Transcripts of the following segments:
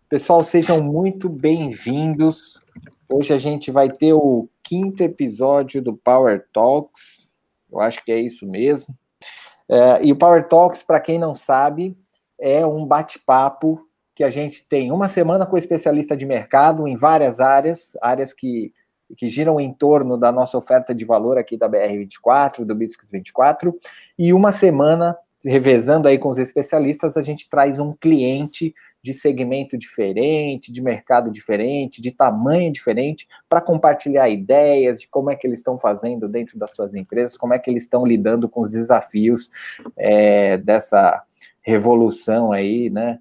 Pessoal, sejam muito bem-vindos. Hoje a gente vai ter o 5º episódio do Power Talks. Eu acho que é isso mesmo. E o Power Talks, para quem não sabe, é um bate-papo que a gente tem uma semana com especialista de mercado em várias áreas que giram em torno da nossa oferta de valor aqui da BR24, do Bits24, e uma semana, revezando aí com os especialistas, a gente traz um cliente de segmento diferente, de mercado diferente, de tamanho diferente, para compartilhar ideias de como é que eles estão fazendo dentro das suas empresas, como é que eles estão lidando com os desafios dessa revolução aí, né?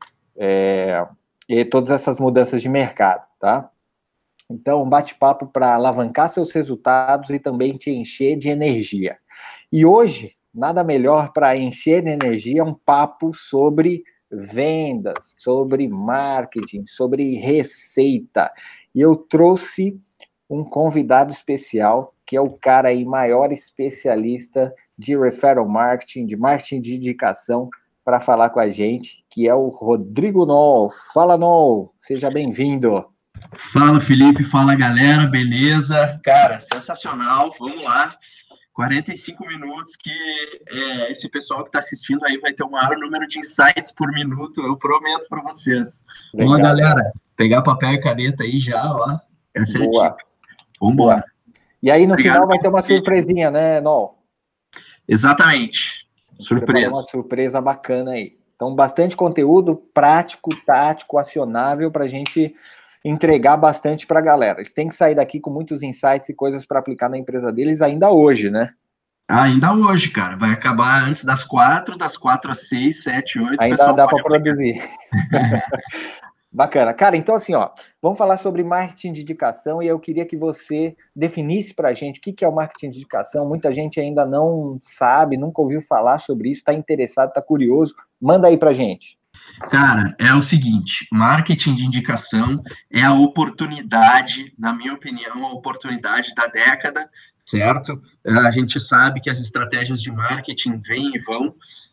E todas essas mudanças de mercado, tá? Então, um bate-papo para alavancar seus resultados e também te encher de energia. E hoje, nada melhor para encher de energia, um papo sobre vendas, sobre marketing, sobre receita. E eu trouxe um convidado especial, que é o cara aí maior especialista de referral marketing, de marketing de indicação, para falar com a gente, que é o Rodrigo Noll. Fala, Noll, seja bem-vindo. Fala, Felipe, fala, galera, beleza? Cara, sensacional, vamos lá. 45 minutos que esse pessoal que está assistindo aí vai ter o maior número de insights por minuto, eu prometo para vocês. Legal, ó, galera, pegar papel e caneta aí já, ó. Essa boa. É a dica. Vambora. E aí no final vai ter uma surpresinha, né, Noll? Exatamente. Surpresa. Uma surpresa bacana aí. Então, bastante conteúdo prático, tático, acionável para a gente entregar bastante para a galera. Eles têm que sair daqui com muitos insights e coisas para aplicar na empresa deles ainda hoje, né? Ainda hoje, cara. Vai acabar antes das 4, das 4 às 6, 7, 8. Ainda dá para produzir. Bacana. Cara, então assim, ó, vamos falar sobre marketing de indicação e eu queria que você definisse para a gente o que é o marketing de indicação. Muita gente ainda não sabe, nunca ouviu falar sobre isso, está interessado, está curioso. Manda aí para a gente. Cara, é o seguinte, marketing de indicação é a oportunidade, na minha opinião, a oportunidade da década, certo? A gente sabe que as estratégias de marketing vêm e vão,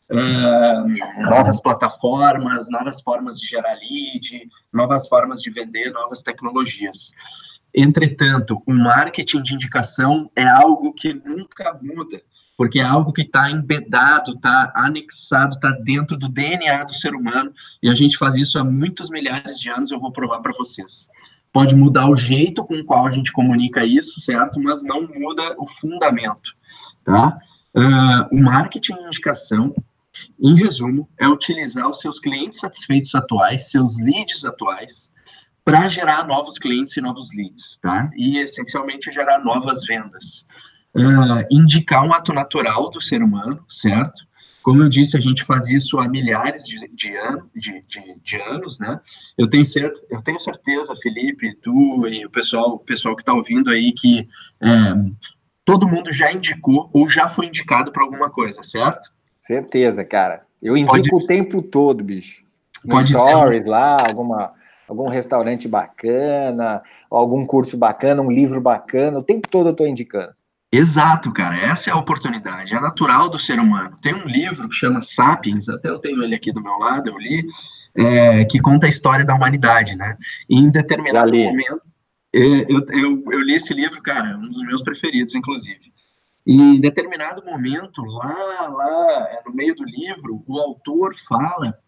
novas plataformas, novas formas de gerar lead, novas formas de vender, novas tecnologias. Entretanto, o marketing de indicação é algo que nunca muda, porque é algo que está embedado, está anexado, está dentro do DNA do ser humano, e a gente faz isso há muitos milhares de anos, eu vou provar para vocês. Pode mudar o jeito com o qual a gente comunica isso, certo? Mas não muda o fundamento, tá? O marketing de indicação, em resumo, é utilizar os seus clientes satisfeitos atuais, seus leads atuais, para gerar novos clientes e novos leads, tá? E, essencialmente, gerar novas vendas. Indicar um ato natural do ser humano, certo? Como eu disse, a gente faz isso há milhares de anos, né? Eu tenho certeza, Felipe, tu e o pessoal que está ouvindo aí, que todo mundo já indicou ou já foi indicado para alguma coisa, certo? Certeza, cara. Eu indico o tempo todo, bicho. No stories lá, algum restaurante bacana, algum curso bacana, um livro bacana, o tempo todo eu estou indicando. Exato, cara, essa é a oportunidade, é natural do ser humano. Tem um livro que chama Sapiens, até eu tenho ele aqui do meu lado, eu li, que conta a história da humanidade, né? E em determinado momento, eu li esse livro, cara, um dos meus preferidos, inclusive. E em determinado momento, lá no meio do livro, o autor fala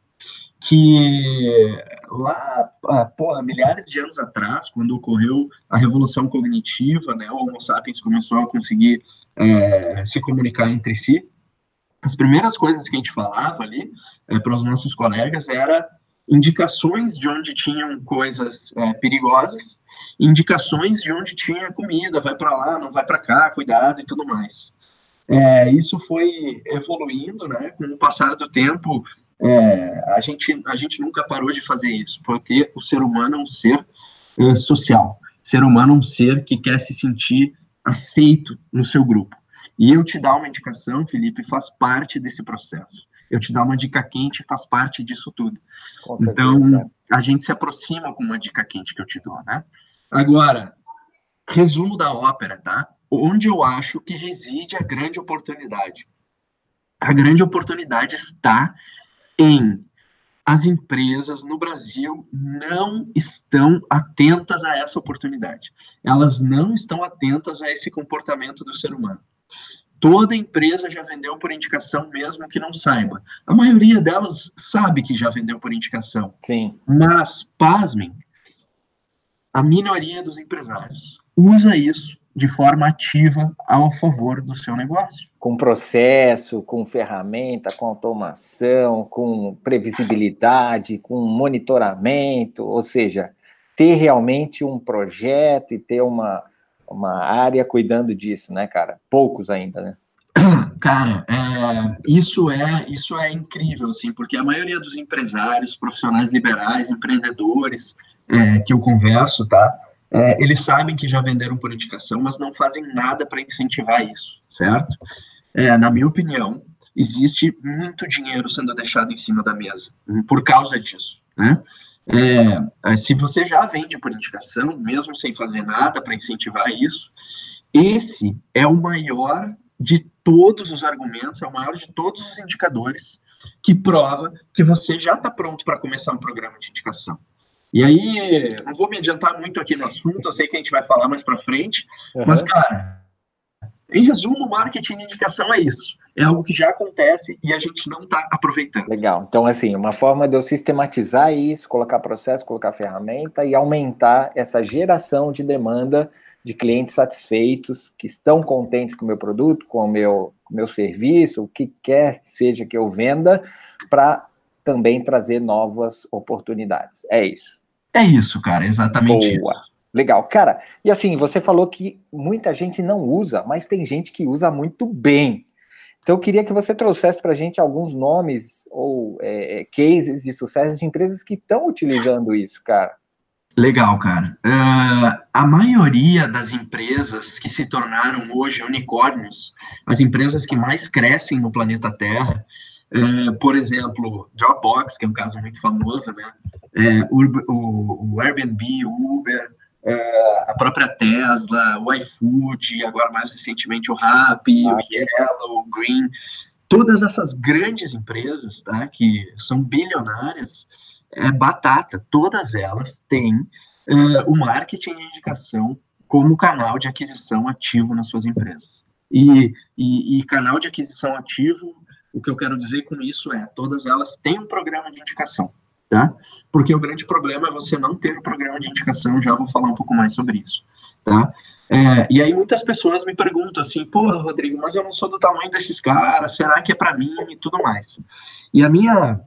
que lá, milhares de anos atrás, quando ocorreu a revolução cognitiva, né, o Homo sapiens começou a conseguir se comunicar entre si, as primeiras coisas que a gente falava ali para os nossos colegas era indicações de onde tinham coisas perigosas, indicações de onde tinha comida, vai para lá, não vai para cá, cuidado e tudo mais. Isso foi evoluindo, né, com o passar do tempo. A gente nunca parou de fazer isso, porque o ser humano é um ser social. O ser humano é um ser que quer se sentir aceito no seu grupo. E eu te dar uma indicação, Felipe, faz parte desse processo. Eu te dar uma dica quente faz parte disso tudo. Então, a gente se aproxima com uma dica quente que eu te dou, né? Agora, resumo da ópera, tá? Onde eu acho que reside a grande oportunidade. A grande oportunidade está em as empresas no Brasil não estão atentas a essa oportunidade. Elas não estão atentas a esse comportamento do ser humano. Toda empresa já vendeu por indicação, mesmo que não saiba. A maioria delas sabe que já vendeu por indicação. Sim. Mas, pasmem, a minoria dos empresários usa isso de forma ativa ao favor do seu negócio. Com processo, com ferramenta, com automação, com previsibilidade, com monitoramento, ou seja, ter realmente um projeto e ter uma área cuidando disso, né, cara? Poucos ainda, né? Cara, isso é incrível, assim, porque a maioria dos empresários, profissionais liberais, empreendedores que eu converso, tá? Eles sabem que já venderam por indicação, mas não fazem nada para incentivar isso, certo? Na minha opinião, existe muito dinheiro sendo deixado em cima da mesa por causa disso, né? Se você já vende por indicação, mesmo sem fazer nada para incentivar isso, esse é o maior de todos os argumentos, é o maior de todos os indicadores que prova que você já está pronto para começar um programa de indicação. E aí, não vou me adiantar muito aqui no assunto, eu sei que a gente vai falar mais para frente, mas, cara, em resumo, marketing de indicação é isso. É algo que já acontece e a gente não está aproveitando. Legal. Então, assim, uma forma de eu sistematizar isso, colocar processo, colocar ferramenta e aumentar essa geração de demanda de clientes satisfeitos, que estão contentes com o meu produto, com o meu serviço, o que quer que seja que eu venda, para também trazer novas oportunidades. É isso. É isso, cara, exatamente. Boa. Isso. Legal. Cara, e assim, você falou que muita gente não usa, mas tem gente que usa muito bem. Então, eu queria que você trouxesse para a gente alguns nomes ou cases de sucesso de empresas que estão utilizando isso, cara. Legal, cara. A maioria das empresas que se tornaram hoje unicórnios, as empresas que mais crescem no planeta Terra, por exemplo, Dropbox, que é um caso muito famoso, né? O Airbnb, o Uber, a própria Tesla, o iFood, agora mais recentemente o Rappi, o Yellow, o Green, todas essas grandes empresas, tá, que são bilionárias, batata, todas elas têm o marketing e indicação como canal de aquisição ativo nas suas empresas. E canal de aquisição ativo, o que eu quero dizer com isso todas elas têm um programa de indicação, tá? Porque o grande problema é você não ter um programa de indicação, já vou falar um pouco mais sobre isso, tá? E aí muitas pessoas me perguntam assim, pô, Rodrigo, mas eu não sou do tamanho desses caras, será que é para mim e tudo mais? E a minha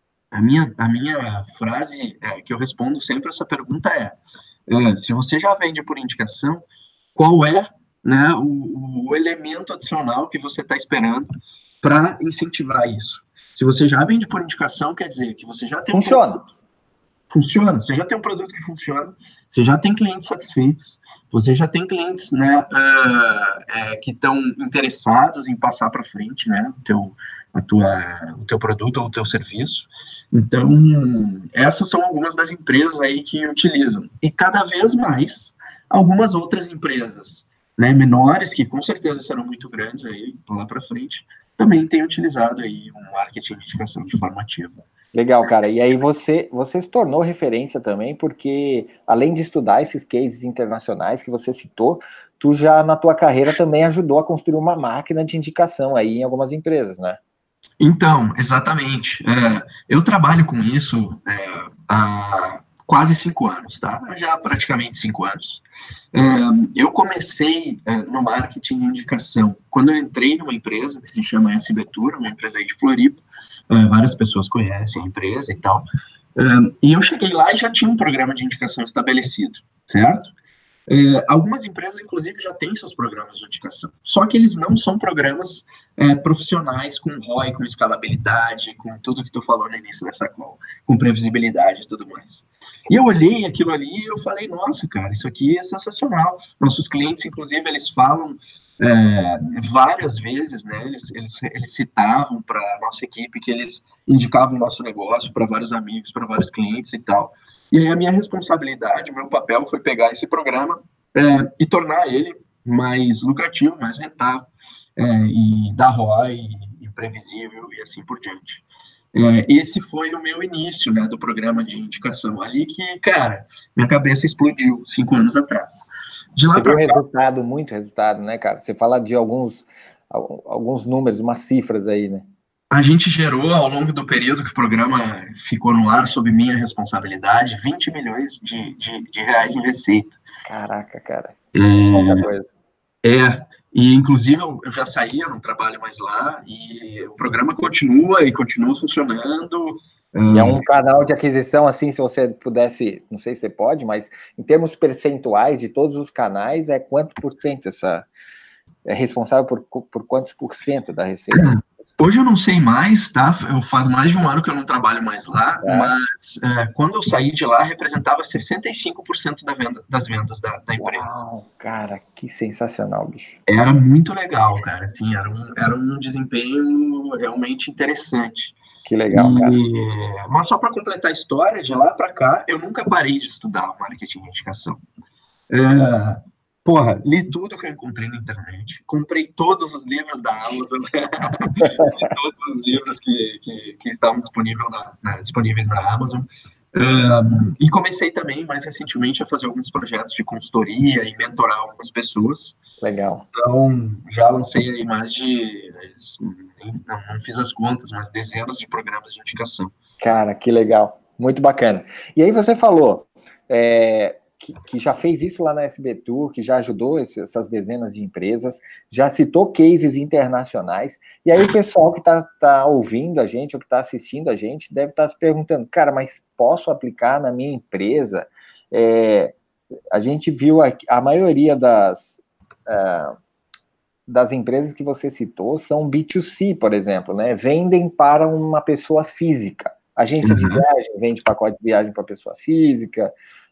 frase que eu respondo sempre a essa pergunta se você já vende por indicação, qual é, né, o elemento adicional que você está esperando para incentivar isso? Se você já vende por indicação, quer dizer que você já tem funciona, você já tem um produto que funciona, você já tem clientes satisfeitos, você já tem clientes, né, que estão interessados em passar para frente, né, o teu produto ou o teu serviço. Então, essas são algumas das empresas aí que utilizam. E cada vez mais, algumas outras empresas, né, menores, que com certeza serão muito grandes aí, lá para frente, também têm utilizado aí um marketing de indicação de forma ativa. Legal, cara. E aí você se tornou referência também, porque além de estudar esses cases internacionais que você citou, tu já na tua carreira também ajudou a construir uma máquina de indicação aí em algumas empresas, né? Então, exatamente. Eu trabalho com isso há quase 5 anos, tá? Já praticamente 5 anos. Eu comecei no marketing de indicação quando eu entrei numa empresa que se chama SB Tour, uma empresa aí de Floripa. Várias pessoas conhecem a empresa e tal. E eu cheguei lá e já tinha um programa de indicação estabelecido, certo? Algumas empresas, inclusive, já têm seus programas de indicação. Só que eles não são programas profissionais com ROI, com escalabilidade, com tudo que tu falou no início dessa call, com previsibilidade e tudo mais. E eu olhei aquilo ali e eu falei, nossa, cara, isso aqui é sensacional. Nossos clientes, inclusive, eles falam várias vezes, né, eles citavam para a nossa equipe que eles indicavam o nosso negócio para vários amigos, para vários clientes e tal. E aí a minha responsabilidade, o meu papel foi pegar esse programa e tornar ele mais lucrativo, mais rentável, e dar ROI, e previsível e assim por diante. Esse foi o meu início, né, do programa de indicação. Ali que, cara, minha cabeça explodiu 5 anos atrás. De lá Você viu para cá, resultado, muito resultado, né, cara? Você fala de alguns números, umas cifras aí, né? a gente gerou, ao longo do período que o programa ficou no ar, sob minha responsabilidade, 20 milhões de reais em receita. Caraca, cara. Muita É, coisa. e inclusive eu já saí, eu não trabalho mais lá, e o programa continua e continua funcionando. E é um canal de aquisição, assim, se você pudesse, não sei se você pode, mas em termos percentuais de todos os canais, é quanto por cento é responsável por quantos por cento da receita? Hoje eu não sei mais, tá? Faz mais de um ano que eu não trabalho mais lá, mas quando eu saí de lá, representava 65% das vendas da empresa. Uau, cara, que sensacional, bicho. Era muito legal, cara. Assim, era um desempenho realmente interessante. Que legal, cara. Mas só para completar a história, de lá para cá, eu nunca parei de estudar marketing e indicação. Porra, li tudo que eu encontrei na internet, comprei todos os livros da Amazon, li todos os livros que estavam disponíveis na Amazon, e comecei também, mais recentemente, a fazer alguns projetos de consultoria e mentorar algumas pessoas. Legal. Então, já lancei aí mais de, não fiz as contas, mas dezenas de programas de indicação. Cara, que legal. Muito bacana. E aí você falou que já fez isso lá na SB Tour, que já ajudou essas dezenas de empresas, já citou cases internacionais, e aí o pessoal que está ouvindo a gente, ou que está assistindo a gente, deve estar se perguntando, cara, mas posso aplicar na minha empresa? A gente viu a maioria das empresas que você citou são B2C, por exemplo, né? Vendem para uma pessoa física. Agência de viagem vende pacote de viagem para pessoa física,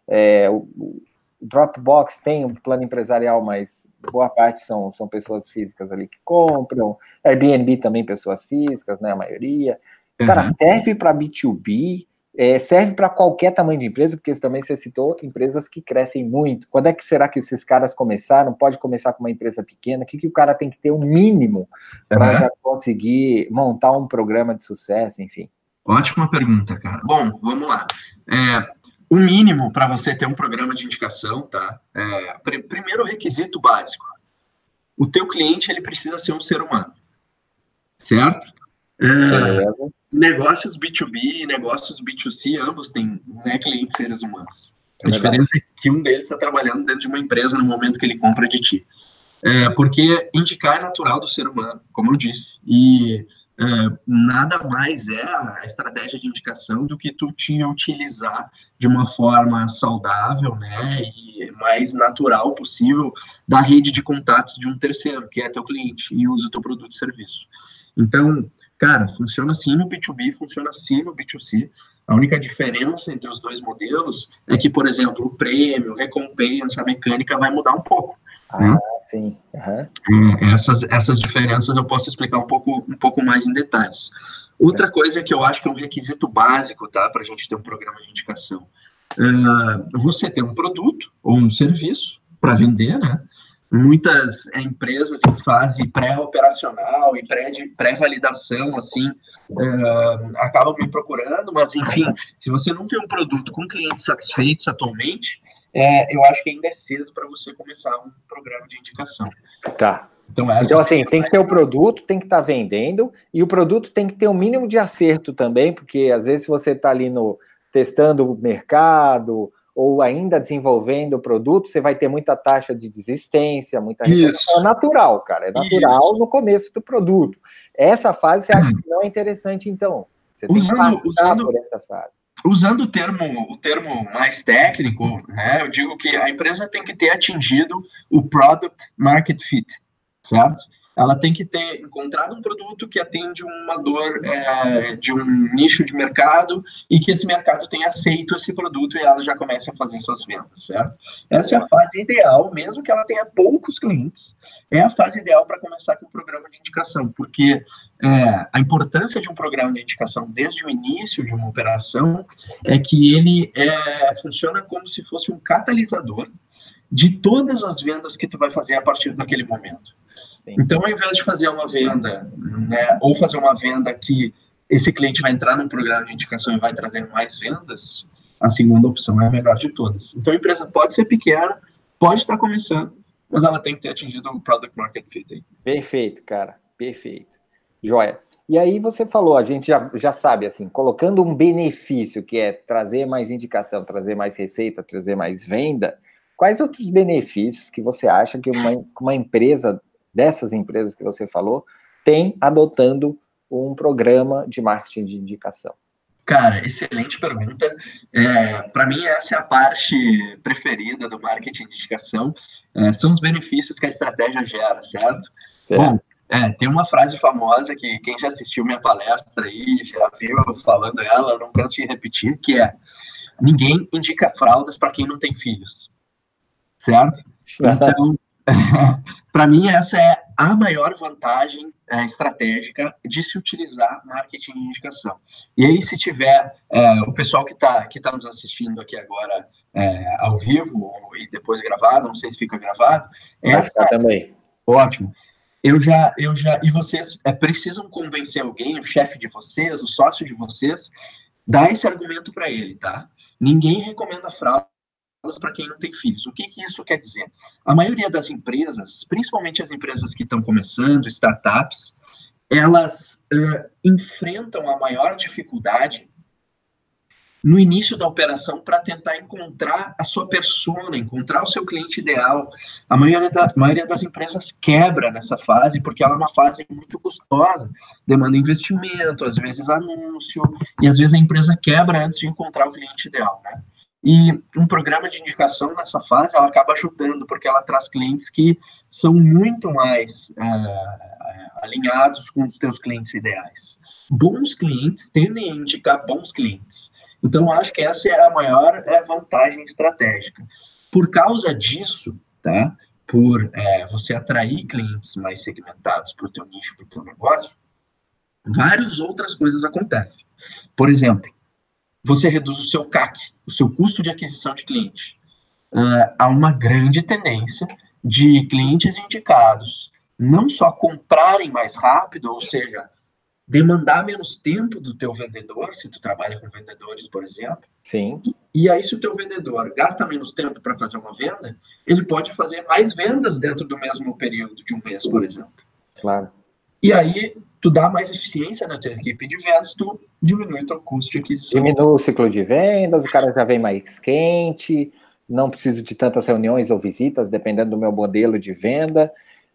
o Dropbox tem um plano empresarial, mas boa parte são pessoas físicas ali que compram. Airbnb também pessoas físicas, né? A maioria. Cara, serve para B2B, serve para qualquer tamanho de empresa, porque também você citou empresas que crescem muito. Quando é que será que esses caras começaram? Pode começar com uma empresa pequena? O que o cara tem que ter o mínimo para já conseguir montar um programa de sucesso, enfim? Ótima pergunta, cara. Bom, vamos lá. O mínimo para você ter um programa de indicação, tá? Primeiro requisito básico. O teu cliente, ele precisa ser um ser humano. Certo? Negócios B2B, negócios B2C, ambos têm, né, clientes seres humanos. A diferença é que um deles está trabalhando dentro de uma empresa no momento que ele compra de ti. Porque indicar é natural do ser humano, como eu disse. E nada mais é a estratégia de indicação do que tu te utilizar de uma forma saudável, né, e mais natural possível da rede de contatos de um terceiro, que é teu cliente, e usa o teu produto e serviço. Então, cara, funciona assim no B2B, funciona assim no B2C. A única diferença entre os dois modelos é que, por exemplo, o prêmio, recompensa, a mecânica vai mudar um pouco. Né? Sim. Essas diferenças eu posso explicar um pouco mais em detalhes. Outra coisa que eu acho que é um requisito básico, tá, para a gente ter um programa de indicação. Você ter um produto ou um serviço para vender, né? Muitas empresas em fase pré-operacional e pré-validação, assim, acabam me procurando, mas, enfim, se você não tem um produto com clientes satisfeitos atualmente, eu acho que ainda é cedo para você começar um programa de indicação. Tá. Então, assim, tem que ter o produto, tem que estar vendendo, e o produto tem que ter um mínimo de acerto também, porque às vezes você está ali testando o mercado, ou ainda desenvolvendo o produto, você vai ter muita taxa de desistência, muita reclamação. É natural, cara. É natural no começo do produto. Essa fase você acha que não é interessante, então. Você tem que passar por essa fase. Usando o termo mais técnico, né, eu digo que a empresa tem que ter atingido o Product Market Fit, certo? Ela tem que ter encontrado um produto que atende uma dor de um nicho de mercado e que esse mercado tenha aceito esse produto e ela já comece a fazer suas vendas, certo? Essa é a fase ideal, mesmo que ela tenha poucos clientes, é a fase ideal para começar com o programa de indicação, porque a importância de um programa de indicação desde o início de uma operação é que ele funciona como se fosse um catalisador de todas as vendas que tu vai fazer a partir daquele momento. Então, ao invés de fazer uma venda, né, ou fazer uma venda que esse cliente vai entrar num programa de indicação e vai trazer mais vendas, a segunda opção é a melhor de todas. Então, a empresa pode ser pequena, pode estar começando, mas ela tem que ter atingido o Product Market Fit aí. Perfeito, cara. Perfeito. Joia. E aí você falou, a gente já sabe, assim, colocando um benefício, que é trazer mais indicação, trazer mais receita, trazer mais venda, quais outros benefícios que você acha que uma empresa, dessas empresas que você falou, tem adotando um programa de marketing de indicação? Cara, excelente pergunta. Para mim, essa é a parte preferida do marketing de indicação. São os benefícios que a estratégia gera, certo? Bom, tem uma frase famosa que quem já assistiu minha palestra aí, já viu falando ela, eu não canso de repetir, que é: ninguém indica fraldas para quem não tem filhos, certo? Então, para mim, essa é a maior vantagem estratégica de se utilizar marketing de indicação. E aí, se tiver o pessoal que tá nos assistindo aqui agora ao vivo e depois gravado, não sei se fica gravado. Vai ficar também. Ótimo. E vocês precisam convencer alguém, o chefe de vocês, o sócio de vocês, dá esse argumento para ele, tá? Ninguém recomenda fraldas para quem não tem filhos. O que isso quer dizer? A maioria das empresas, principalmente as empresas que estão começando, startups, elas enfrentam a maior dificuldade no início da operação para tentar encontrar a sua persona, encontrar o seu cliente ideal. A maioria das empresas quebra nessa fase, porque ela é uma fase muito custosa, demanda investimento, às vezes anúncio, e às vezes a empresa quebra antes de encontrar o cliente ideal, né? E um programa de indicação nessa fase, ela acaba ajudando, porque ela traz clientes que são muito mais alinhados com os teus clientes ideais. Bons clientes tendem a indicar bons clientes. Então, acho que essa é a maior vantagem estratégica. Por causa disso, tá? Por você atrair clientes mais segmentados para o teu nicho, para o teu negócio, várias outras coisas acontecem. Por exemplo, você reduz o seu CAC, o seu custo de aquisição de cliente. Há uma grande tendência de clientes indicados não só comprarem mais rápido, ou seja, demandar menos tempo do teu vendedor, se tu trabalha com vendedores, por exemplo. Sim. E aí, se o teu vendedor gasta menos tempo para fazer uma venda, ele pode fazer mais vendas dentro do mesmo período de um mês, por exemplo. Claro. E aí, tu dá mais eficiência na tua equipe de vendas, tu diminui o teu custo de aquisição. Diminui o ciclo de vendas, o cara já vem mais quente, não preciso de tantas reuniões ou visitas, dependendo do meu modelo de venda.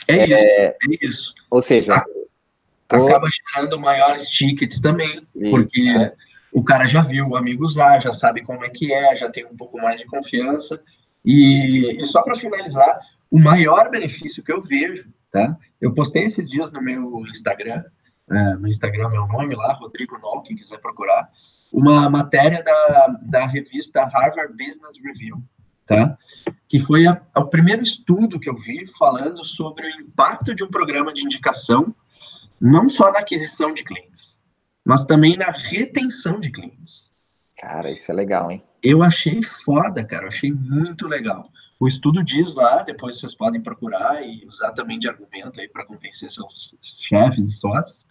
É isso. Ou seja, acaba gerando maiores tickets também, porque o cara já viu o amigo usar, já sabe como é que já tem um pouco mais de confiança. E só para finalizar, o maior benefício que eu vejo, tá? Eu postei esses dias no meu Instagram, no Instagram meu nome lá, Rodrigo Nol, quem quiser procurar, uma matéria da revista Harvard Business Review, tá? Que foi o primeiro estudo que eu vi falando sobre o impacto de um programa de indicação, não só na aquisição de clientes, mas também na retenção de clientes. Cara, isso é legal, hein? Eu achei foda, cara, eu achei muito legal. O estudo diz lá, depois vocês podem procurar e usar também de argumento aí para convencer seus chefes e sócios,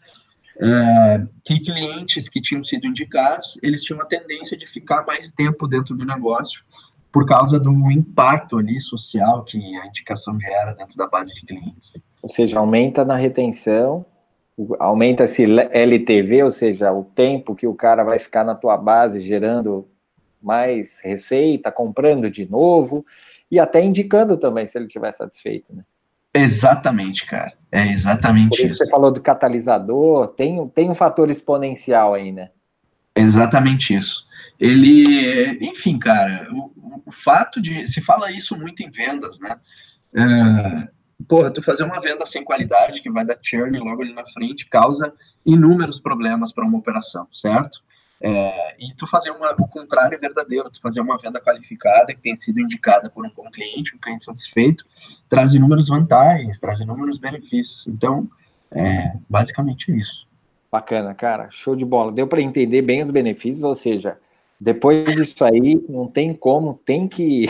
que clientes que tinham sido indicados, eles tinham a tendência de ficar mais tempo dentro do negócio por causa do impacto ali social que a indicação gera dentro da base de clientes. Ou seja, aumenta na retenção, aumenta esse LTV, ou seja, o tempo que o cara vai ficar na tua base gerando mais receita, comprando de novo e até indicando também, se ele estiver satisfeito, né? Exatamente, cara. É exatamente Por isso. Você falou do catalisador, tem um fator exponencial aí, né? Exatamente isso. Ele, enfim, cara, o fato de, se fala isso muito em vendas, né? Porra, tu fazer uma venda sem qualidade, que vai dar churn logo ali na frente, causa inúmeros problemas para uma operação, certo? E tu fazer o contrário é verdadeiro, tu fazer uma venda qualificada, que tenha sido indicada por um bom cliente, um cliente satisfeito, traz inúmeras vantagens, traz inúmeros benefícios. Então, basicamente isso. Bacana, cara, show de bola. Deu para entender bem os benefícios, ou seja, depois disso aí, não tem como, tem que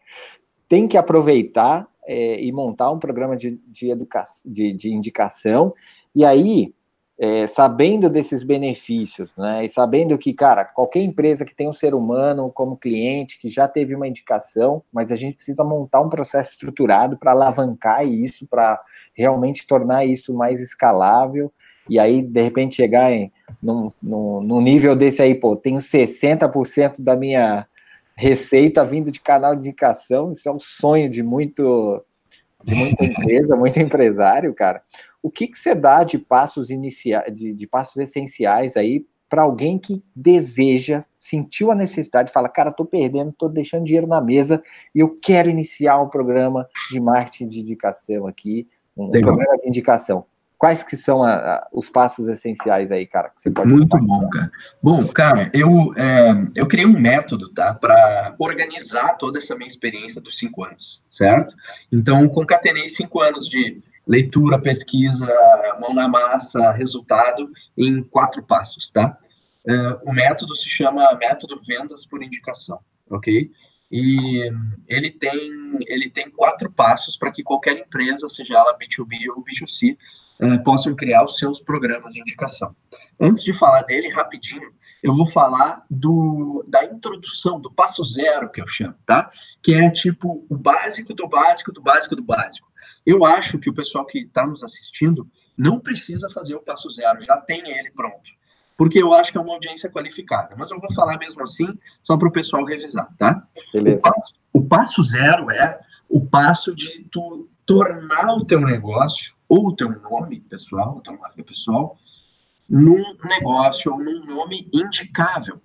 aproveitar e montar um programa de indicação. E aí, sabendo desses benefícios, né, e sabendo que, cara, qualquer empresa que tem um ser humano como cliente, que já teve uma indicação, mas a gente precisa montar um processo estruturado para alavancar isso, para realmente tornar isso mais escalável, e aí, de repente, chegar num nível desse aí, pô, tenho 60% da minha receita vindo de canal de indicação, isso é um sonho de muita empresa, muito empresário, cara. O que você dá de passos iniciais, de passos essenciais aí para alguém que deseja, sentiu a necessidade, fala, cara, tô perdendo, tô deixando dinheiro na mesa e eu quero iniciar um programa de marketing de indicação aqui, um programa de indicação. Quais que são os passos essenciais aí, cara, que você pode Muito bom, cara. Bom, cara, eu criei um método, tá, para organizar toda essa minha experiência dos 5 anos, certo? Então, concatenei 5 anos de leitura, pesquisa, mão na massa, resultado, em 4 passos, tá? O método se chama Método Vendas por Indicação, ok? E ele tem 4 passos para que qualquer empresa, seja ela B2B ou B2C, possam criar os seus programas de indicação. Antes de falar dele, rapidinho, eu vou falar da introdução, do passo zero, que eu chamo, tá? Que é tipo o básico do básico do básico do básico. Eu acho que o pessoal que está nos assistindo não precisa fazer o passo zero, já tem ele pronto. Porque eu acho que é uma audiência qualificada. Mas eu vou falar mesmo assim, só para o pessoal revisar, tá? Beleza. O passo zero é o passo de tu tornar o teu negócio ou o teu nome pessoal, a tua marca pessoal, num negócio ou num nome indicável.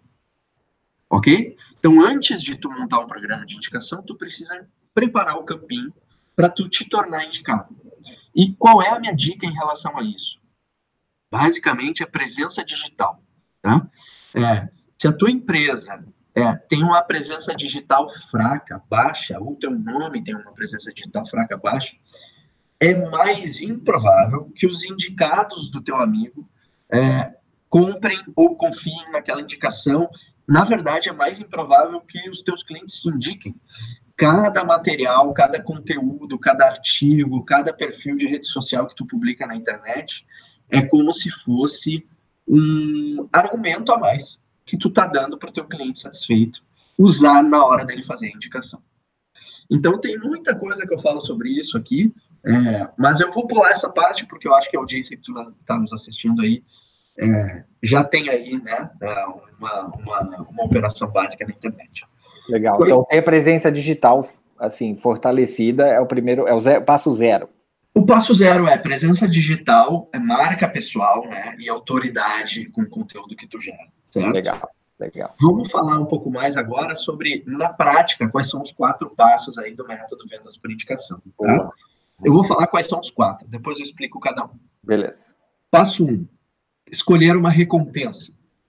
Ok? Então, antes de tu montar um programa de indicação, tu precisa preparar o campinho para tu te tornar indicável. E qual é a minha dica em relação a isso? Basicamente, é presença digital. Tá? Se a tua empresa tem uma presença digital fraca, baixa, ou teu nome tem uma presença digital fraca, baixa, é mais improvável que os indicados do teu amigo comprem ou confiem naquela indicação. Na verdade, é mais improvável que os teus clientes te indiquem. Cada material, cada conteúdo, cada artigo, cada perfil de rede social que tu publica na internet é como se fosse um argumento a mais que tu tá dando para o teu cliente satisfeito usar na hora dele fazer a indicação. Então, tem muita coisa que eu falo sobre isso aqui, mas eu vou pular essa parte porque eu acho que a audiência que tu está nos assistindo aí já tem aí, né, uma operação básica na internet. Legal. Então, ter presença digital, assim, fortalecida é o primeiro, passo zero. O passo zero é presença digital, marca pessoal, né, e autoridade com o conteúdo que tu gera, certo? Legal. Vamos falar um pouco mais agora sobre, na prática, quais são os 4 passos aí do método Vendas por Indicação. Tá? Eu vou falar quais são os 4, depois eu explico cada um. Beleza. Passo 1, escolher uma recompensa.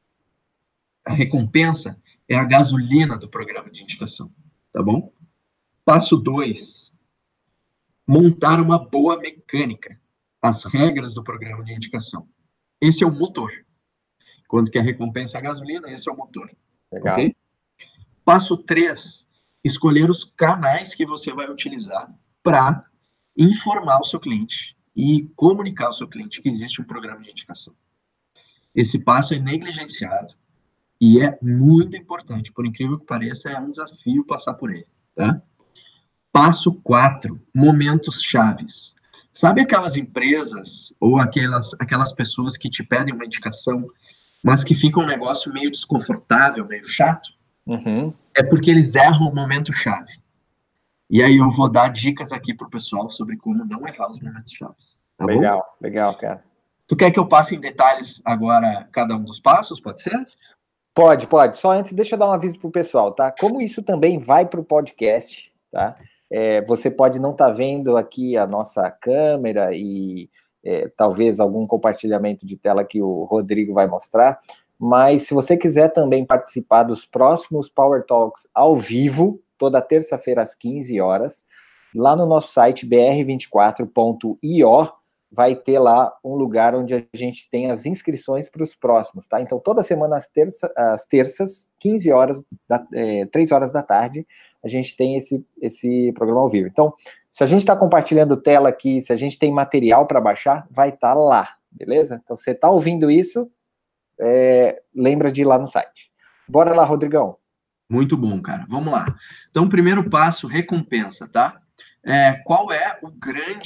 A recompensa é a gasolina do programa de indicação, tá bom? Passo 2, montar uma boa mecânica, as regras do programa de indicação. Esse é o motor. Quando que a recompensa é a gasolina, esse é o motor. Legal. Okay? Passo 3, escolher os canais que você vai utilizar para informar o seu cliente e comunicar ao seu cliente que existe um programa de indicação. Esse passo é negligenciado e é muito importante. Por incrível que pareça, é um desafio passar por ele. Tá? Passo 4, momentos chaves. Sabe aquelas empresas ou aquelas pessoas que te pedem uma indicação, mas que fica um negócio meio desconfortável, meio chato? Uhum. É porque eles erram o momento-chave. E aí eu vou dar dicas aqui pro pessoal sobre como não errar os momentos-chaves. Tá bom? Legal, cara. Tu quer que eu passe em detalhes agora cada um dos passos? Pode ser? Pode. Só antes, deixa eu dar um aviso pro pessoal, tá? Como isso também vai pro podcast, tá? Você pode não estar vendo aqui a nossa câmera e talvez algum compartilhamento de tela que o Rodrigo vai mostrar, mas se você quiser também participar dos próximos Power Talks ao vivo, toda terça-feira às 15 horas, lá no nosso site br24.io, vai ter lá um lugar onde a gente tem as inscrições para os próximos, tá? Então, toda semana às terças, 15 horas, 3 horas da tarde, a gente tem esse programa ao vivo. Então, se a gente está compartilhando tela aqui, se a gente tem material para baixar, vai estar lá, beleza? Então, você está ouvindo isso, lembra de ir lá no site. Bora lá, Rodrigão. Muito bom, cara. Vamos lá. Então, primeiro passo, recompensa, tá? Qual é o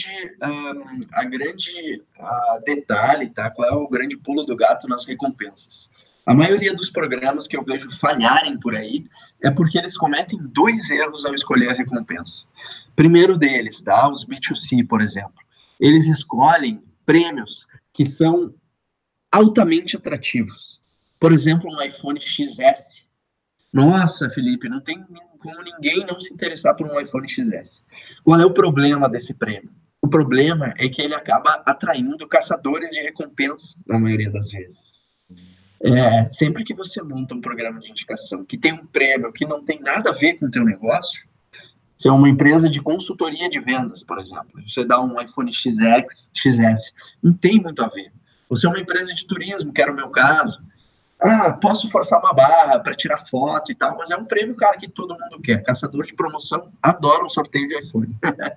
grande detalhe, tá? Qual é o grande pulo do gato nas recompensas? A maioria dos programas que eu vejo falharem por aí é porque eles cometem 2 erros ao escolher a recompensa. Primeiro deles, tá? Os B2C, por exemplo. Eles escolhem prêmios que são altamente atrativos. Por exemplo, um iPhone XS. Nossa, Felipe, não tem como ninguém não se interessar por um iPhone XS. Qual é o problema desse prêmio? O problema é que ele acaba atraindo caçadores de recompensa, na maioria das vezes. Sempre que você monta um programa de indicação que tem um prêmio que não tem nada a ver com o teu negócio, se é uma empresa de consultoria de vendas, por exemplo, você dá um iPhone XS, não tem muito a ver. Você é uma empresa de turismo, que era o meu caso, posso forçar uma barra para tirar foto e tal, mas é um prêmio, cara, que todo mundo quer. Caçador de promoção adora um sorteio de iPhone.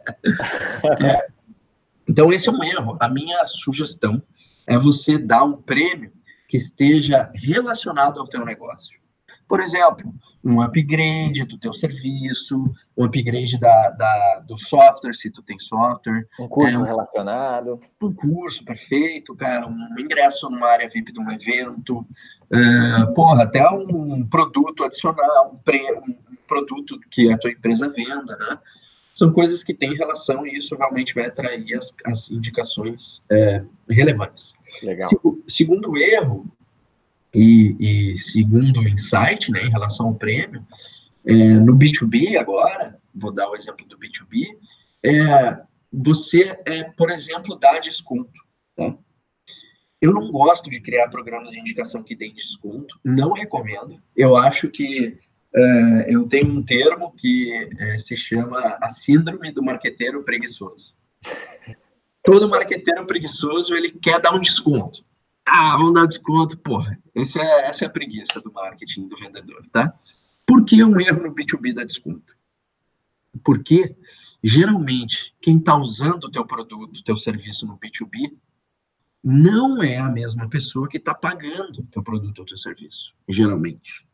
Então, esse é um erro. A minha sugestão é você dar um prêmio que esteja relacionado ao teu negócio. Por exemplo, um upgrade do teu serviço, um upgrade do software, se tu tem software. Um curso relacionado. Um curso, perfeito, cara, um ingresso numa área VIP de um evento, até um produto adicional, um produto que a tua empresa venda, né? São coisas que têm relação e isso realmente vai atrair as indicações relevantes. Legal. Segundo erro, e segundo insight, né, em relação ao prêmio, no B2B agora, vou dar o exemplo do B2B, você, por exemplo, dá desconto. Tá? Eu não gosto de criar programas de indicação que deem desconto, não recomendo. Eu acho que eu tenho um termo que se chama a síndrome do marqueteiro preguiçoso. Todo marqueteiro preguiçoso, ele quer dar um desconto. Vamos dar desconto, porra. Essa é a preguiça do marketing, do vendedor, tá? Por que um erro no B2B dá desconto? Porque, geralmente, quem está usando o teu produto, o teu serviço no B2B, não é a mesma pessoa que está pagando o teu produto ou teu serviço, geralmente.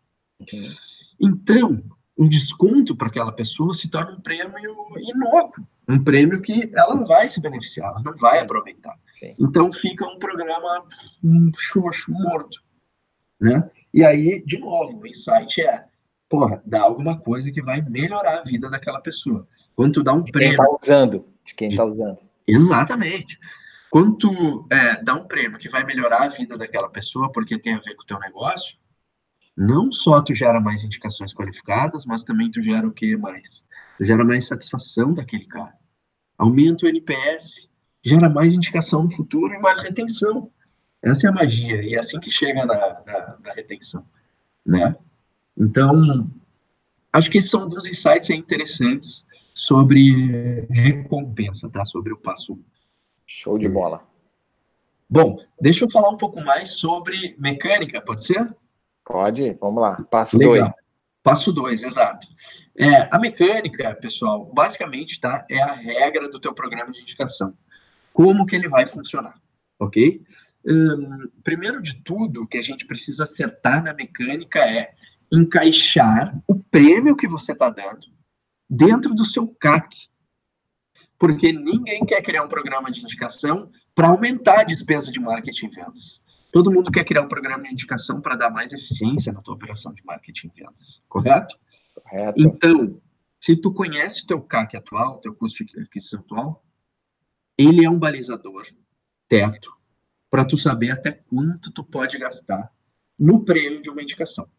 Então, um desconto para aquela pessoa se torna um prêmio inócuo, um prêmio que ela não vai se beneficiar, ela não vai aproveitar. Sim. Então, fica um programa xoxo, morto. Né? E aí, de novo, o insight dá alguma coisa que vai melhorar a vida daquela pessoa. Quando tu dá um prêmio... De quem está usando. Exatamente. Quando tu dá um prêmio que vai melhorar a vida daquela pessoa porque tem a ver com o teu negócio, não só tu gera mais indicações qualificadas, mas também tu gera o que mais? Tu gera mais satisfação daquele cara. Aumenta o NPS, gera mais indicação no futuro e mais retenção. Essa é a magia, e é assim que chega na retenção. Né? Então, acho que esses são 2 insights interessantes sobre recompensa, tá? Sobre o passo 1. Show de bola. Bom, deixa eu falar um pouco mais sobre mecânica, pode ser? Pode, vamos lá. Passo 2. Passo 2, exato. A mecânica, pessoal, basicamente, tá? É a regra do teu programa de indicação. Como que ele vai funcionar, ok? Primeiro de tudo, o que a gente precisa acertar na mecânica é encaixar o prêmio que você está dando dentro do seu CAC. Porque ninguém quer criar um programa de indicação para aumentar a despesa de marketing e vendas. Todo mundo quer criar um programa de indicação para dar mais eficiência na tua operação de marketing e vendas. Correto? Correto. Então, se tu conhece o teu CAC atual, teu custo de aquisição atual, ele é um balizador, teto, para tu saber até quanto tu pode gastar no prêmio de uma indicação.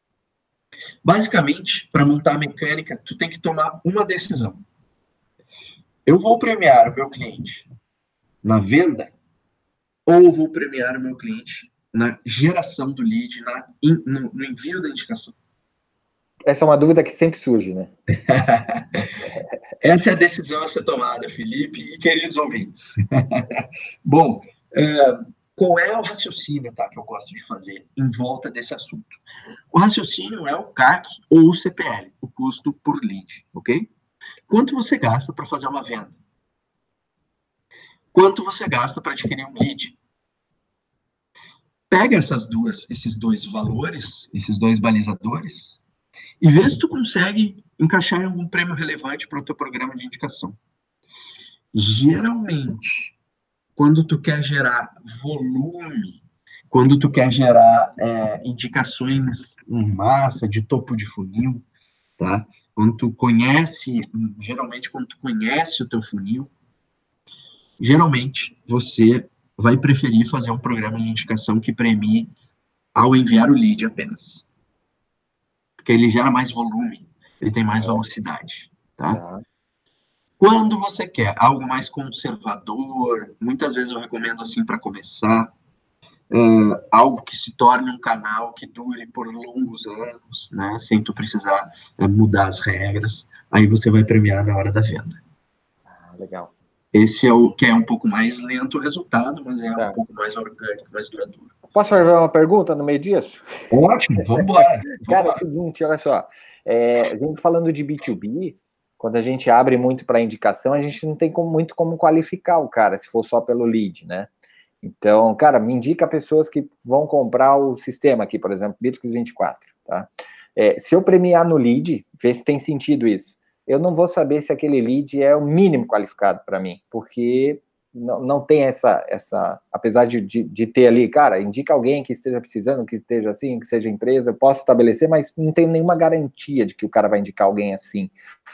Basicamente, para montar a mecânica, tu tem que tomar uma decisão. Eu vou premiar o meu cliente na venda ou vou premiar o meu cliente na geração do lead, no envio da indicação? Essa é uma dúvida que sempre surge, né? Essa é a decisão a ser tomada, Felipe e queridos ouvintes. Bom, qual é o raciocínio, tá, que eu gosto de fazer em volta desse assunto? O raciocínio é o CAC ou o CPL, o custo por lead, ok? Quanto você gasta para fazer uma venda? Quanto você gasta para adquirir um lead? Pega esses dois valores, esses dois balizadores, e vê se tu consegue encaixar em algum prêmio relevante para o teu programa de indicação. Geralmente, quando tu quer gerar volume, quando tu quer gerar indicações em massa, de topo de funil, tá? Geralmente quando tu conhece o teu funil, geralmente você vai preferir fazer um programa de indicação que premie ao enviar o lead apenas. Porque ele gera mais volume, ele tem mais velocidade, tá? Quando você quer algo mais conservador, muitas vezes eu recomendo assim para começar, algo que se torne um canal que dure por longos anos, né, sem tu precisar mudar as regras, aí você vai premiar na hora da venda. Legal. Esse é o que é um pouco mais lento o resultado, mas é um pouco mais orgânico, mais duradouro. Posso fazer uma pergunta no meio disso? Ótimo, vamos embora. Cara, é o seguinte, olha só, a gente falando de B2B, quando a gente abre muito para indicação, a gente não tem muito como qualificar o cara, se for só pelo lead, né? Então, cara, me indica pessoas que vão comprar o sistema aqui, por exemplo, Bitrix 24, tá? Se eu premiar no lead, ver se tem sentido isso, eu não vou saber se aquele lead é o mínimo qualificado para mim, porque não tem essa apesar de ter ali, cara, indica alguém que esteja precisando, que esteja assim, que seja empresa, eu posso estabelecer, mas não tenho nenhuma garantia de que o cara vai indicar alguém assim.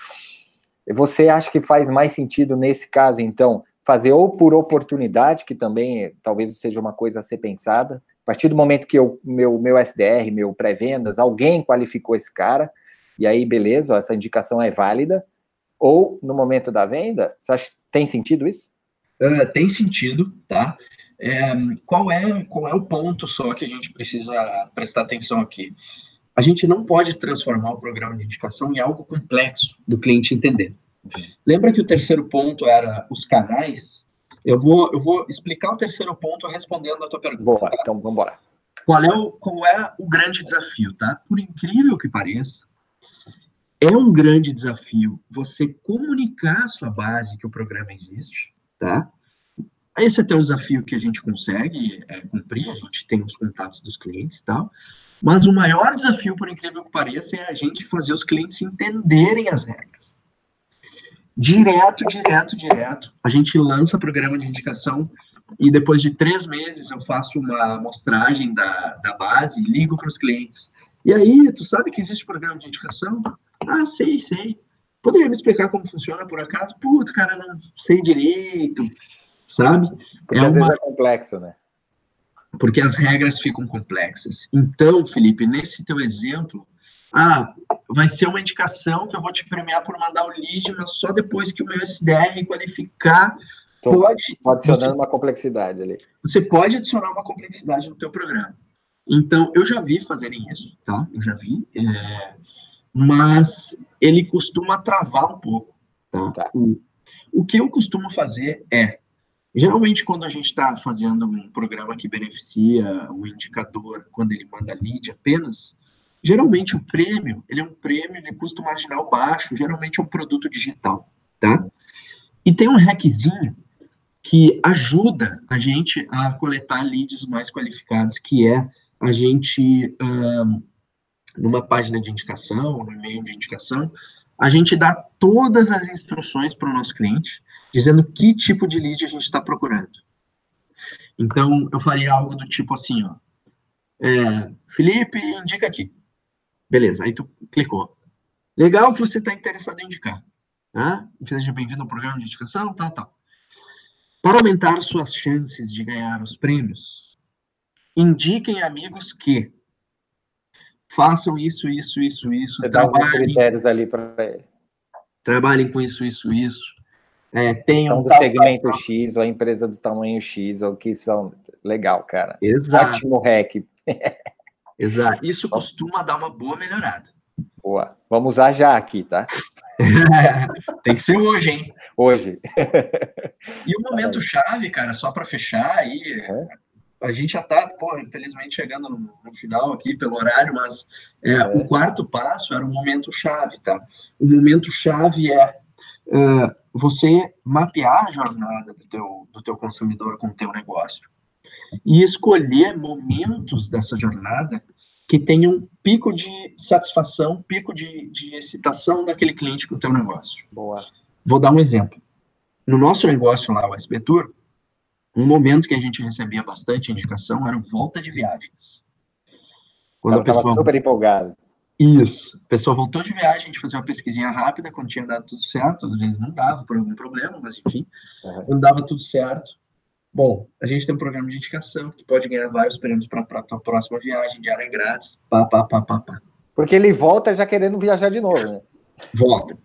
Você acha que faz mais sentido nesse caso, então, fazer ou por oportunidade, que também talvez seja uma coisa a ser pensada, a partir do momento que meu SDR, meu pré-vendas, alguém qualificou esse cara, e aí, beleza, essa indicação é válida, ou no momento da venda, você acha que tem sentido isso? Tem sentido, tá? Qual é o ponto só que a gente precisa prestar atenção aqui? A gente não pode transformar o programa de indicação em algo complexo do cliente entender. Lembra que o terceiro ponto era os canais? Eu vou explicar o terceiro ponto respondendo a tua pergunta. Boa, tá? então vamos embora. Qual é o grande desafio, tá? Por incrível que pareça, é um grande desafio você comunicar à sua base que o programa existe, tá? Esse é até um desafio que a gente consegue cumprir, a gente tem os contatos dos clientes e tal, mas o maior desafio, por incrível que pareça, é a gente fazer os clientes entenderem as regras. Direto. A gente lança programa de indicação e depois de 3 meses eu faço uma amostragem da base, ligo para os clientes. E aí, tu sabe que existe programa de indicação? Ah, sei. Poderia me explicar como funciona por acaso? Putz, cara, não sei direito, sabe? Porque às vezes é complexo, né? Porque as regras ficam complexas. Então, Felipe, nesse teu exemplo, vai ser uma indicação que eu vou te premiar por mandar o lead, mas só depois que o meu SDR qualificar. Pode adicionando uma complexidade ali. Você pode adicionar uma complexidade no teu programa. Então, eu já vi fazerem isso, tá? Eu já vi. Mas ele costuma travar um pouco, tá? O que eu costumo fazer geralmente, quando a gente está fazendo um programa que beneficia o indicador, quando ele manda lead apenas, geralmente o prêmio, ele é um prêmio de custo marginal baixo, geralmente é um produto digital, tá? E tem um hackzinho que ajuda a gente a coletar leads mais qualificados, que é a gente, numa página de indicação, no e-mail de indicação, a gente dá todas as instruções para o nosso cliente, dizendo que tipo de lead a gente está procurando. Então, eu faria algo do tipo assim, ó. Felipe, indica aqui. Beleza, aí tu clicou. Legal que você está interessado em indicar. Tá? Seja bem-vindo ao programa de indicação, tal. Para aumentar suas chances de ganhar os prêmios, indiquem amigos que façam isso. Você dá alguns critérios ali para ele. Trabalhem com isso. São do segmento X, ou a empresa do tamanho X, ou que são... Legal, cara. Exato. Ótimo hack. Exato. Isso costuma dar uma boa melhorada. Boa. Vamos usar já aqui, tá? Tem que ser hoje, hein? Hoje. E o momento chave, cara, só para fechar aí... A gente já está, infelizmente, chegando no final aqui pelo horário, mas o quarto passo era o momento chave, tá? O momento chave é você mapear a jornada do teu consumidor com o teu negócio. e escolher momentos dessa jornada que tenham pico de satisfação, pico de excitação daquele cliente com o teu negócio. Boa. Vou dar um exemplo. No nosso negócio lá, o SB Tour, um momento que a gente recebia bastante indicação era volta de viagens. Quando ela estava super empolgada. Isso. A pessoa voltou de viagem, a gente fazia uma pesquisinha rápida, quando tinha dado tudo certo, às vezes não dava por algum problema, mas enfim, quando dava tudo certo. Bom, a gente tem um programa de indicação, que pode ganhar vários prêmios para a tua próxima viagem, diária grátis, pá. Porque ele volta já querendo viajar de novo, né? Volta.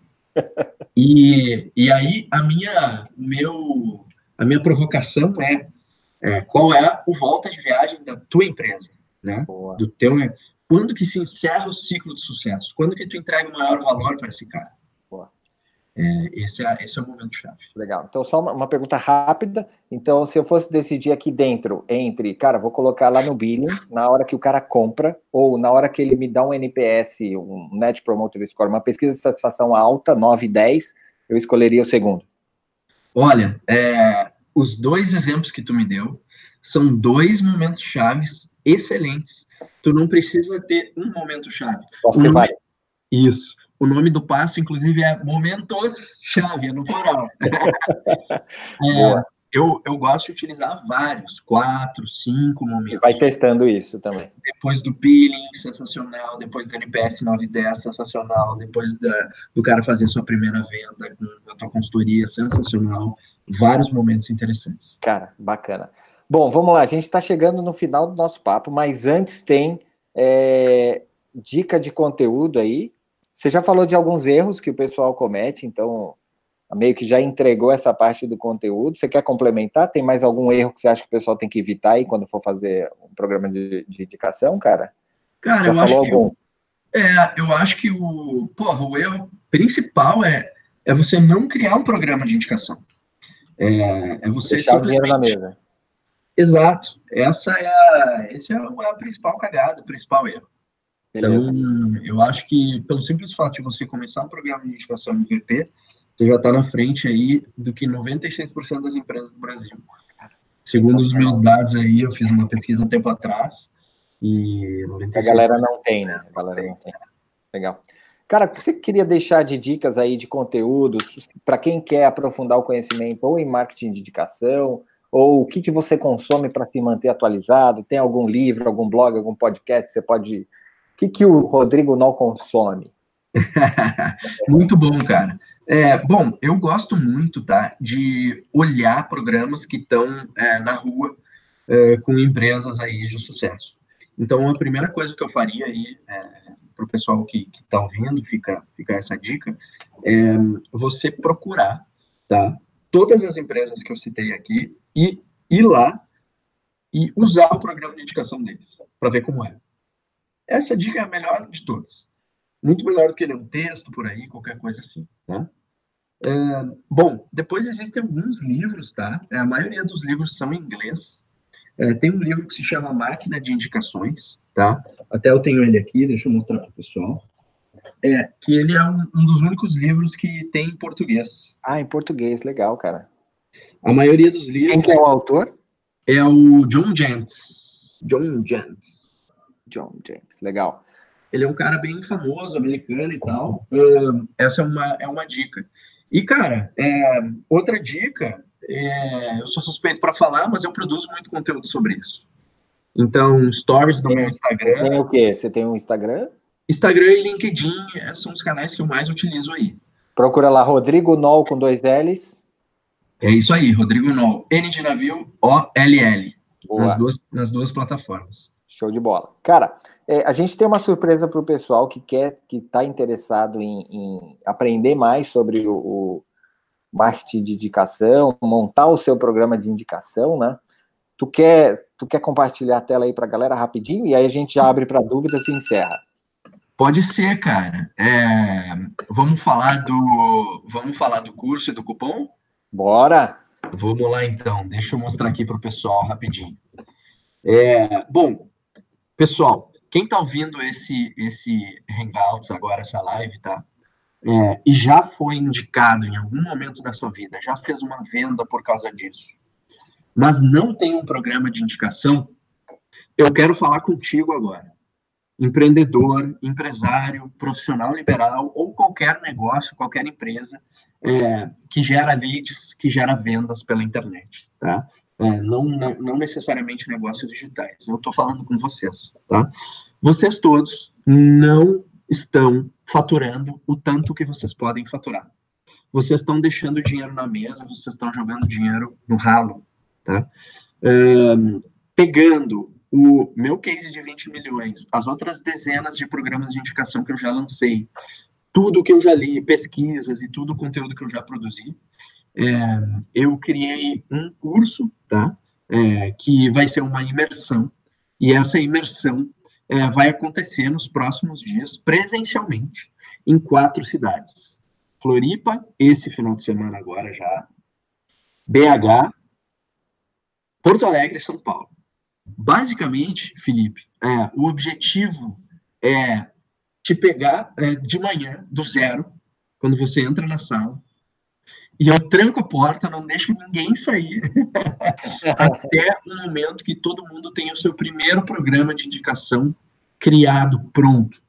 E aí a minha provocação é qual é o volta de viagem da tua empresa, né? Boa. Do teu, quando que se encerra o ciclo de sucesso? Quando que tu entrega o maior valor para esse cara? Boa. Esse é o momento chave. Legal. Então, só uma pergunta rápida. Então, se eu fosse decidir aqui dentro, cara, vou colocar lá no billing, na hora que o cara compra, ou na hora que ele me dá um NPS, um Net Promoter Score, uma pesquisa de satisfação alta, 9 e 10, eu escolheria o segundo. Olha, os dois exemplos que tu me deu são dois momentos chaves excelentes. Tu não precisa ter um momento chave. Posso ter vários. Isso. O nome do passo, inclusive, é momentos-chave, é no plural. Eu gosto de utilizar vários, 4, 5 momentos. Vai testando isso também. Depois do peeling, sensacional. Depois do NPS 9 e 10, sensacional. Depois do cara fazer sua primeira venda com a tua consultoria, sensacional. Vários momentos interessantes. Cara, bacana. Bom, vamos lá. A gente está chegando no final do nosso papo, mas antes tem dica de conteúdo aí. Você já falou de alguns erros que o pessoal comete, então meio que já entregou essa parte do conteúdo. Você quer complementar? Tem mais algum erro que você acha que o pessoal tem que evitar aí quando for fazer um programa de indicação, cara? Cara, já falou algum? Eu acho que o erro principal é você não criar um programa de indicação. É você deixar o dinheiro na mesa. Exato. Essa é a principal cagada, o principal erro. Beleza. Então, eu acho que pelo simples fato de você começar um programa de indicação MVP, você já está na frente aí do que 96% das empresas do Brasil. Segundo os meus dados aí, eu fiz uma pesquisa um tempo atrás e 96%... A galera não tem, né? A galera não tem. Legal. Cara, o que você queria deixar de dicas aí de conteúdos para quem quer aprofundar o conhecimento ou em marketing de indicação, ou o que você consome para se manter atualizado? Tem algum livro, algum blog, algum podcast? Você pode... O que o Rodrigo não consome? Muito bom, cara. Bom, eu gosto muito, tá, de olhar programas que estão na rua com empresas aí de sucesso. Então, a primeira coisa que eu faria aí para o pessoal que está ouvindo, fica essa dica, é você procurar, tá, todas as empresas que eu citei aqui e ir lá e usar o programa de indicação deles, para ver como é. Essa dica é a melhor de todas. Muito melhor do que ler um texto por aí, qualquer coisa assim, tá? Bom, depois existem alguns livros, tá? A maioria dos livros são em inglês. Tem um livro que se chama Máquina de Indicações, tá? Até eu tenho ele aqui, deixa eu mostrar para o pessoal. Que ele é um dos únicos livros que tem em português. Ah, em português, legal, cara. A maioria dos livros... Quem que é o autor? É o John Jantz. John Jantz, legal. Ele é um cara bem famoso, americano e tal. Essa é uma dica. E, cara, outra dica, eu sou suspeito para falar, mas eu produzo muito conteúdo sobre isso. Então, stories do meu Instagram... Tem o quê? Você tem um Instagram? Instagram e LinkedIn são os canais que eu mais utilizo aí. Procura lá, Rodrigo Noll com 2 L's. É isso aí, Rodrigo Noll. N de navio, O-L-L. Nas duas plataformas. Show de bola. Cara, a gente tem uma surpresa para o pessoal que está interessado em aprender mais sobre o marketing de indicação, montar o seu programa de indicação, né? Tu quer compartilhar a tela aí para a galera rapidinho? E aí a gente já abre para dúvidas e encerra. Pode ser, cara. Vamos falar do curso e do cupom? Bora! Vamos lá, então. Deixa eu mostrar aqui para o pessoal rapidinho. Bom, pessoal, quem está ouvindo esse Hangouts agora, essa live, tá? E já foi indicado em algum momento da sua vida, já fez uma venda por causa disso. mas não tem um programa de indicação, eu quero falar contigo agora. Empreendedor, empresário, profissional liberal ou qualquer negócio, qualquer empresa que gera leads, que gera vendas pela internet, tá? Não necessariamente negócios digitais. Eu estou falando com vocês, tá? Vocês todos não estão faturando o tanto que vocês podem faturar. Vocês estão deixando dinheiro na mesa, vocês estão jogando dinheiro no ralo, tá? Pegando o meu case de 20 milhões, as outras dezenas de programas de indicação que eu já lancei, tudo que eu já li, pesquisas e tudo o conteúdo que eu já produzi, eu criei um curso, tá? Que vai ser uma imersão, e essa imersão vai acontecer nos próximos dias, presencialmente, em 4 cidades. Floripa, esse final de semana agora já, BH, Porto Alegre e São Paulo. Basicamente, Felipe, o objetivo é te pegar de manhã, do zero, quando você entra na sala, e eu tranco a porta, não deixo ninguém sair, até o momento que todo mundo tem o seu primeiro programa de indicação criado, pronto.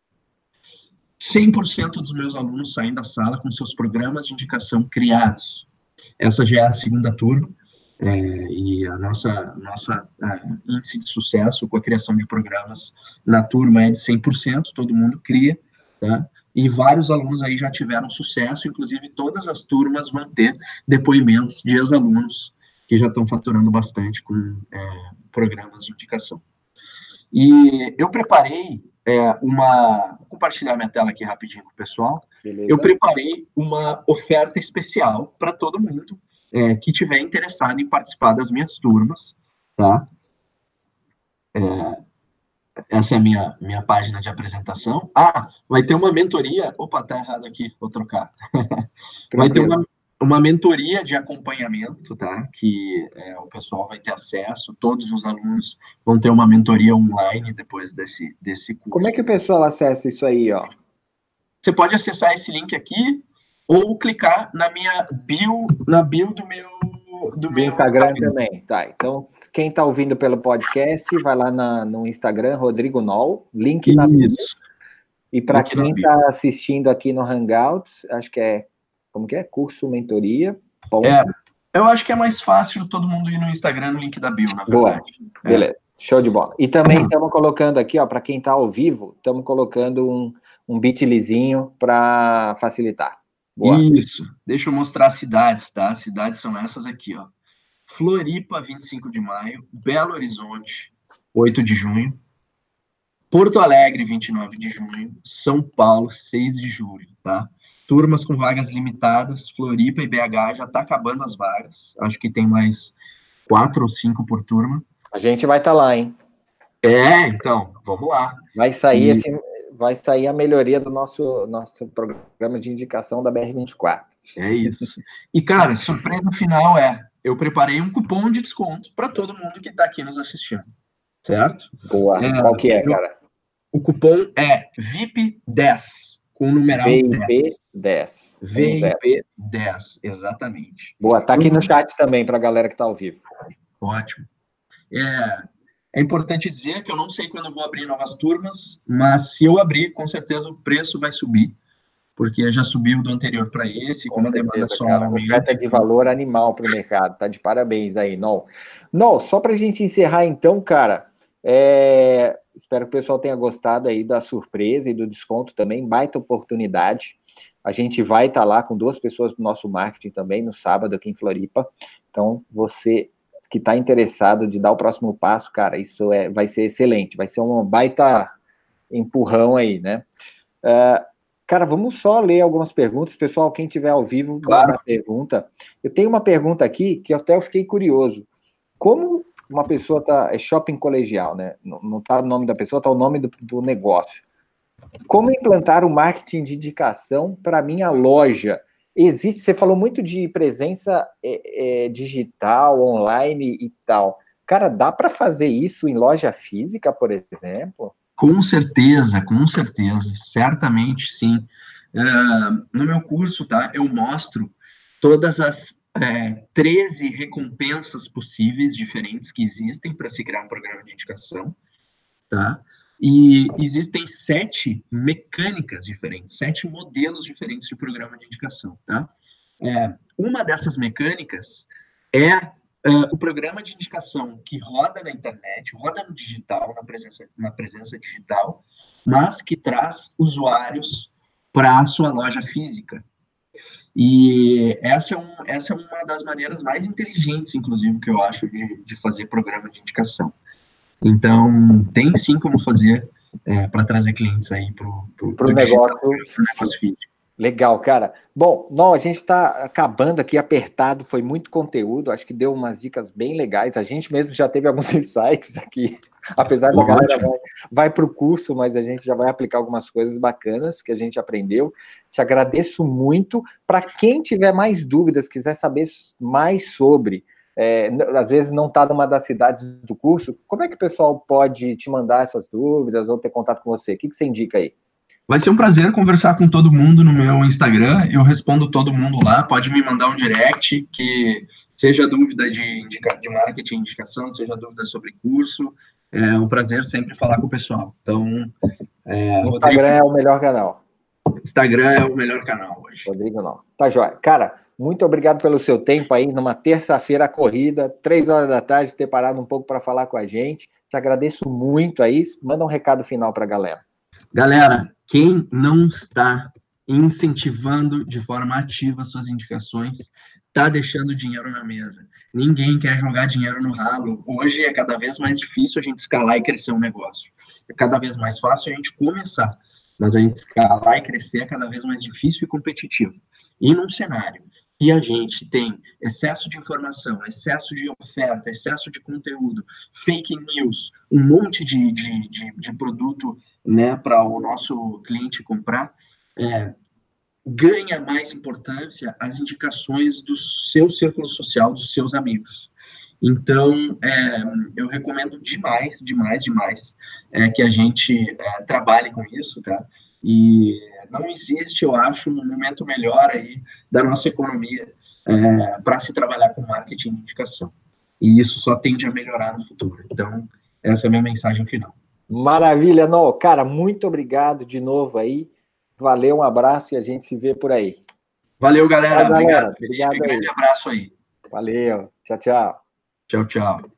100% dos meus alunos saem da sala com seus programas de indicação criados. Essa já é a segunda turma, e a nossa índice de sucesso com a criação de programas na turma é de 100%, todo mundo cria, tá? E vários alunos aí já tiveram sucesso, inclusive todas as turmas vão ter depoimentos de ex-alunos que já estão faturando bastante com programas de indicação. E eu preparei vou compartilhar minha tela aqui rapidinho com o pessoal. Beleza. Eu preparei uma oferta especial para todo mundo que tiver interessado em participar das minhas turmas, tá? Essa é a minha página de apresentação. Vai ter uma mentoria. Opa, tá errado aqui, vou trocar. Vai ter uma mentoria de acompanhamento, tá? Que o pessoal vai ter acesso, todos os alunos vão ter uma mentoria online depois desse curso. Como é que o pessoal acessa isso aí, ó? Você pode acessar esse link aqui ou clicar na minha bio do meu Instagram também. Tá, então quem está ouvindo pelo podcast, vai lá no Instagram, Rodrigo Noll, link na bio. E para quem está assistindo aqui no Hangouts, acho que como que é? Curso Mentoria. Eu acho que é mais fácil todo mundo ir no Instagram, no link da bio, na verdade. Boa, beleza. Show de bola. E também estamos colocando aqui, ó, para quem está ao vivo, estamos colocando um bit.lyzinho para facilitar. Boa. Isso. Deixa eu mostrar as cidades, tá? As cidades são essas aqui, ó. Floripa, 25 de maio. Belo Horizonte, 8 de junho. Porto Alegre, 29 de junho. São Paulo, 6 de julho, tá? Turmas com vagas limitadas. Floripa e BH já tá acabando as vagas. Acho que tem mais 4 ou 5 por turma. A gente vai estar lá, hein? Então, vamos lá. Vai sair a melhoria do nosso programa de indicação da BR24. É isso. E, cara, surpresa final eu preparei um cupom de desconto para todo mundo que está aqui nos assistindo, certo? Boa. Qual que é, cara? O cupom é VIP10, com o numeral VIP10. VIP10, exatamente. Boa, tá aqui no chat também para a galera que está ao vivo. Ótimo. É importante dizer que eu não sei quando eu vou abrir novas turmas, mas se eu abrir, com certeza o preço vai subir, porque já subiu do anterior para esse, como a demanda só aumenta. Oferta de valor animal para o mercado, tá de parabéns aí, Noll. Noll, só para a gente encerrar então, cara, espero que o pessoal tenha gostado aí da surpresa e do desconto também, baita oportunidade. A gente vai estar lá com 2 pessoas do nosso marketing também, no sábado aqui em Floripa, então você que está interessado de dar o próximo passo, cara, isso vai ser excelente, vai ser um baita empurrão aí, né? Cara, vamos só ler algumas perguntas, pessoal, quem tiver ao vivo, claro. Manda pergunta. Eu tenho uma pergunta aqui, que até eu fiquei curioso, como uma pessoa é shopping colegial, né? Não está o nome da pessoa, está o nome do negócio. Como implantar o marketing de indicação para minha loja? Existe, você falou muito de presença digital, online e tal. Cara, dá para fazer isso em loja física, por exemplo? Com certeza, certamente sim. No meu curso, tá, eu mostro todas as 13 recompensas possíveis diferentes que existem para se criar um programa de indicação, tá? E existem 7 mecânicas diferentes, 7 modelos diferentes de programa de indicação, tá? Uma dessas mecânicas é o programa de indicação que roda na internet, roda no digital, na presença digital, mas que traz usuários para a sua loja física. E essa é uma das maneiras mais inteligentes, inclusive, que eu acho de fazer programa de indicação. Então, tem sim como fazer para trazer clientes aí para o negócio físico. Legal, cara. Bom, a gente está acabando aqui apertado, foi muito conteúdo, acho que deu umas dicas bem legais. A gente mesmo já teve alguns insights aqui, apesar da galera vai para o curso, mas a gente já vai aplicar algumas coisas bacanas que a gente aprendeu. Te agradeço muito. Para quem tiver mais dúvidas, quiser saber mais sobre, às vezes não está numa das cidades do curso, como é que o pessoal pode te mandar essas dúvidas ou ter contato com você? O que você indica aí? Vai ser um prazer conversar com todo mundo no meu Instagram, eu respondo todo mundo lá, pode me mandar um direct, que seja dúvida de marketing, indicação, seja dúvida sobre curso, é um prazer sempre falar com o pessoal. Então, Instagram Rodrigo, é o melhor canal. Instagram é o melhor canal hoje. Rodrigo não. Tá joia. Cara, muito obrigado pelo seu tempo aí, numa terça-feira corrida, 3 horas da tarde, ter parado um pouco para falar com a gente. Te agradeço muito aí. Manda um recado final para a galera. Galera, quem não está incentivando de forma ativa suas indicações, está deixando dinheiro na mesa. Ninguém quer jogar dinheiro no ralo. Hoje é cada vez mais difícil a gente escalar e crescer um negócio. É cada vez mais fácil a gente começar, mas a gente escalar e crescer é cada vez mais difícil e competitivo. E num cenário que a gente tem excesso de informação, excesso de oferta, excesso de conteúdo, fake news, um monte de produto, né, para o nosso cliente comprar, ganha mais importância as indicações do seu círculo social, dos seus amigos. Então, eu recomendo demais que a gente trabalhe com isso, tá? E não existe, eu acho, um momento melhor aí da nossa economia para se trabalhar com marketing e indicação. E isso só tende a melhorar no futuro. Então, essa é a minha mensagem final. Maravilha, Nó. Cara, muito obrigado de novo aí. Valeu, um abraço e a gente se vê por aí. Valeu, galera. Obrigado. Obrigado aí. Um grande abraço aí. Valeu. Tchau, tchau. Tchau, tchau.